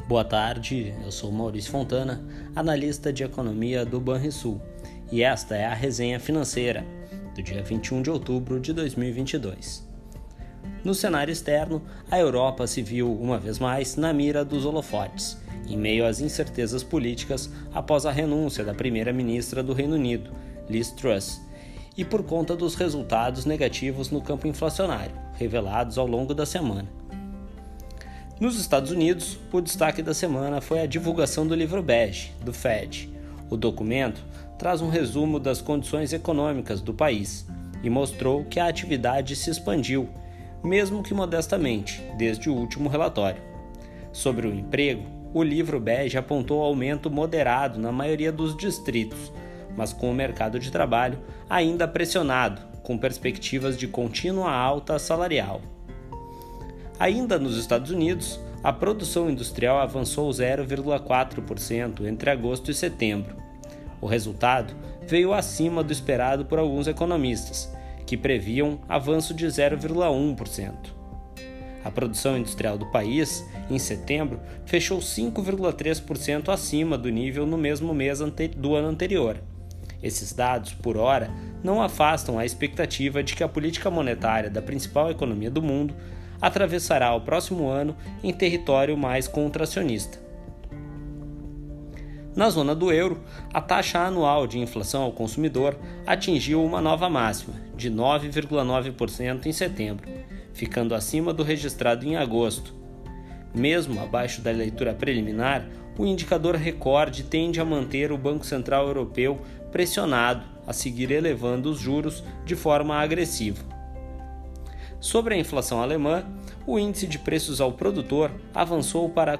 Boa tarde, eu sou Maurício Fontana, analista de economia do Banrisul, e esta é a resenha financeira do dia 21 de outubro de 2022. No cenário externo, a Europa se viu, uma vez mais, na mira dos holofotes, em meio às incertezas políticas após a renúncia da primeira-ministra do Reino Unido, Liz Truss, e por conta dos resultados negativos no campo inflacionário, revelados ao longo da semana. Nos Estados Unidos, o destaque da semana foi a divulgação do livro bege, do Fed. O documento traz um resumo das condições econômicas do país e mostrou que a atividade se expandiu, mesmo que modestamente, desde o último relatório. Sobre o emprego, o livro bege apontou aumento moderado na maioria dos distritos, mas com o mercado de trabalho ainda pressionado, com perspectivas de contínua alta salarial. Ainda nos Estados Unidos, a produção industrial avançou 0,4% entre agosto e setembro. O resultado veio acima do esperado por alguns economistas, que previam avanço de 0,1%. A produção industrial do país, em setembro, fechou 5,3% acima do nível no mesmo mês do ano anterior. Esses dados, por hora, não afastam a expectativa de que a política monetária da principal economia do mundo atravessará o próximo ano em território mais contracionista. Na zona do euro, a taxa anual de inflação ao consumidor atingiu uma nova máxima, de 9,9% em setembro, ficando acima do registrado em agosto. Mesmo abaixo da leitura preliminar, o indicador recorde tende a manter o Banco Central Europeu pressionado a seguir elevando os juros de forma agressiva. Sobre a inflação alemã, o índice de preços ao produtor avançou para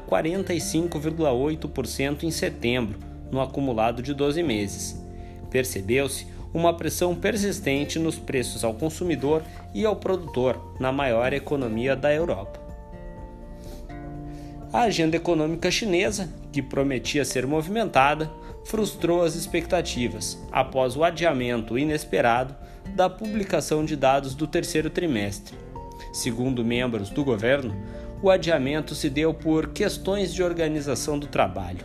45,8% em setembro, no acumulado de 12 meses. Percebeu-se uma pressão persistente nos preços ao consumidor e ao produtor na maior economia da Europa. A agenda econômica chinesa, que prometia ser movimentada, frustrou as expectativas após o adiamento inesperado da publicação de dados do terceiro trimestre. Segundo membros do governo, o adiamento se deu por questões de organização do trabalho.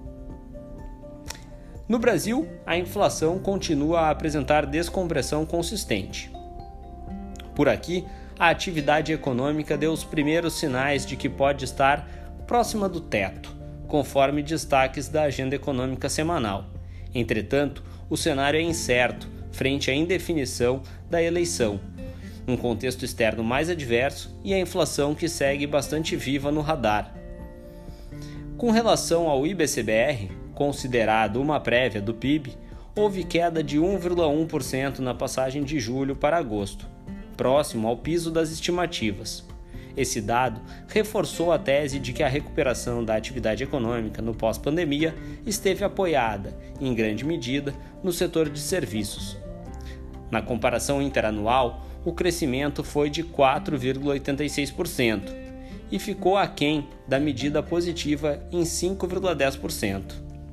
No Brasil, a inflação continua a apresentar descompressão consistente. Por aqui, a atividade econômica deu os primeiros sinais de que pode estar próxima do teto, conforme destaques da agenda econômica semanal. Entretanto, o cenário é incerto frente à indefinição da eleição, um contexto externo mais adverso e a inflação que segue bastante viva no radar. Com relação ao IBCBR, considerado uma prévia do PIB, houve queda de 1,1% na passagem de julho para agosto, próximo ao piso das estimativas. Esse dado reforçou a tese de que a recuperação da atividade econômica no pós-pandemia esteve apoiada, em grande medida, no setor de serviços. Na comparação interanual, o crescimento foi de 4,86% e ficou aquém da medida positiva em 5,10%.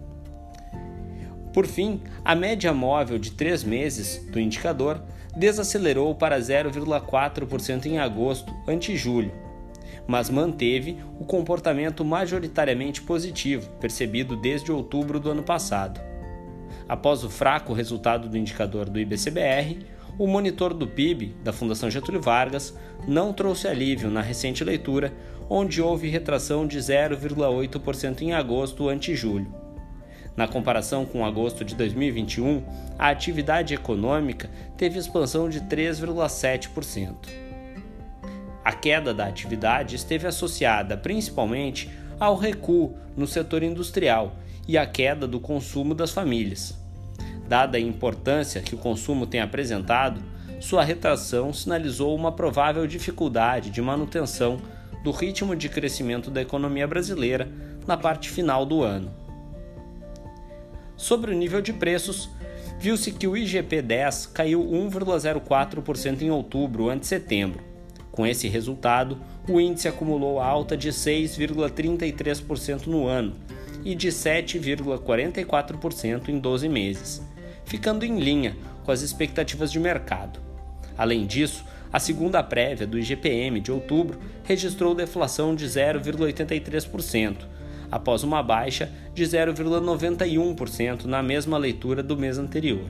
Por fim, a média móvel de 3 meses do indicador desacelerou para 0,4% em agosto ante julho, mas manteve o comportamento majoritariamente positivo percebido desde outubro do ano passado. Após o fraco resultado do indicador do IBCBR, o monitor do PIB da Fundação Getúlio Vargas não trouxe alívio na recente leitura, onde houve retração de 0,8% em agosto ante julho. Na comparação com agosto de 2021, a atividade econômica teve expansão de 3,7%. A queda da atividade esteve associada principalmente ao recuo no setor industrial e à queda do consumo das famílias. Dada a importância que o consumo tem apresentado, sua retração sinalizou uma provável dificuldade de manutenção do ritmo de crescimento da economia brasileira na parte final do ano. Sobre o nível de preços, viu-se que o IGP-10 caiu 1,04% em outubro ante setembro. Com esse resultado, o índice acumulou alta de 6,33% no ano e de 7,44% em 12 meses, ficando em linha com as expectativas de mercado. Além disso, a segunda prévia do IGPM de outubro registrou deflação de 0,83%, após uma baixa de 0,91% na mesma leitura do mês anterior.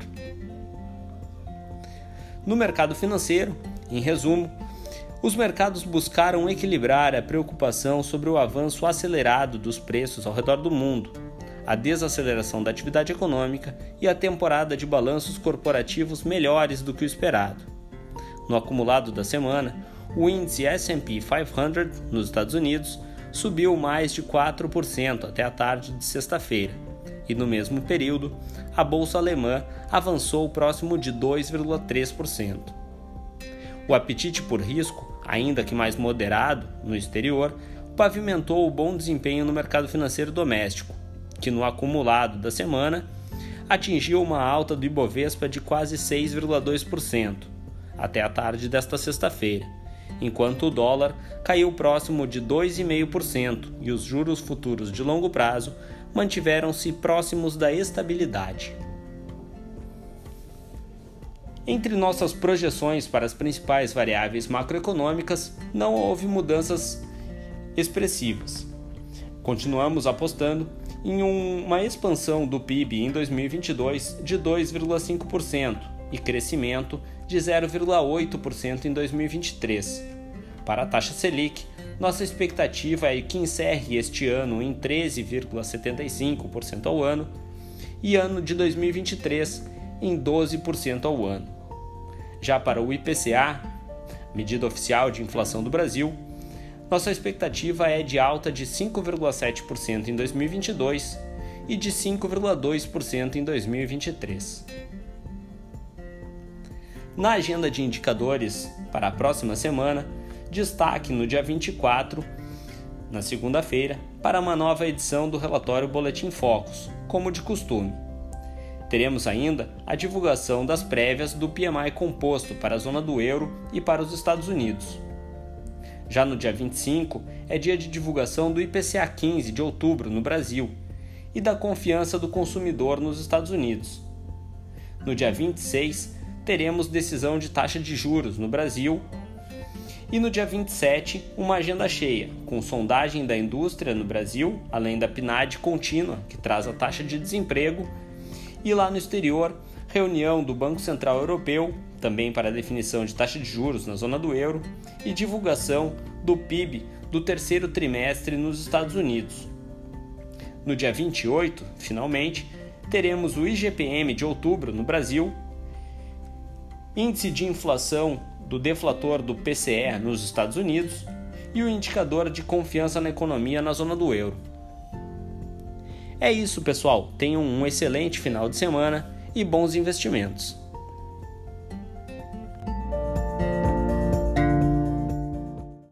No mercado financeiro, em resumo, os mercados buscaram equilibrar a preocupação sobre o avanço acelerado dos preços ao redor do mundo, a desaceleração da atividade econômica e a temporada de balanços corporativos melhores do que o esperado. No acumulado da semana, o índice S&P 500 nos Estados Unidos subiu mais de 4% até a tarde de sexta-feira, e no mesmo período, a bolsa alemã avançou próximo de 2,3%. O apetite por risco, ainda que mais moderado no exterior, pavimentou o bom desempenho no mercado financeiro doméstico, que no acumulado da semana atingiu uma alta do Ibovespa de quase 6,2% até a tarde desta sexta-feira, enquanto o dólar caiu próximo de 2,5% e os juros futuros de longo prazo mantiveram-se próximos da estabilidade. Entre nossas projeções para as principais variáveis macroeconômicas, não houve mudanças expressivas. Continuamos apostando em uma expansão do PIB em 2022 de 2,5% e crescimento de 0,8% em 2023. Para a taxa Selic, nossa expectativa é que encerre este ano em 13,75% ao ano e ano de 2023 em 12% ao ano. Já para o IPCA, medida oficial de inflação do Brasil, nossa expectativa é de alta de 5,7% em 2022 e de 5,2% em 2023. Na agenda de indicadores para a próxima semana, destaque no dia 24, na segunda-feira, para uma nova edição do relatório Boletim Focus, como de costume. Teremos ainda a divulgação das prévias do PMI composto para a zona do euro e para os Estados Unidos. Já no dia 25, é dia de divulgação do IPCA 15 de outubro no Brasil e da confiança do consumidor nos Estados Unidos. No dia 26, teremos decisão de taxa de juros no Brasil e no dia 27, uma agenda cheia, com sondagem da indústria no Brasil, além da PNAD contínua, que traz a taxa de desemprego, e lá no exterior, reunião do Banco Central Europeu, também para a definição de taxa de juros na zona do euro, e divulgação do PIB do terceiro trimestre nos Estados Unidos. No dia 28, finalmente, teremos o IGPM de outubro no Brasil, índice de inflação do deflator do PCE nos Estados Unidos e o indicador de confiança na economia na zona do euro. É isso, pessoal. Tenham um excelente final de semana e bons investimentos.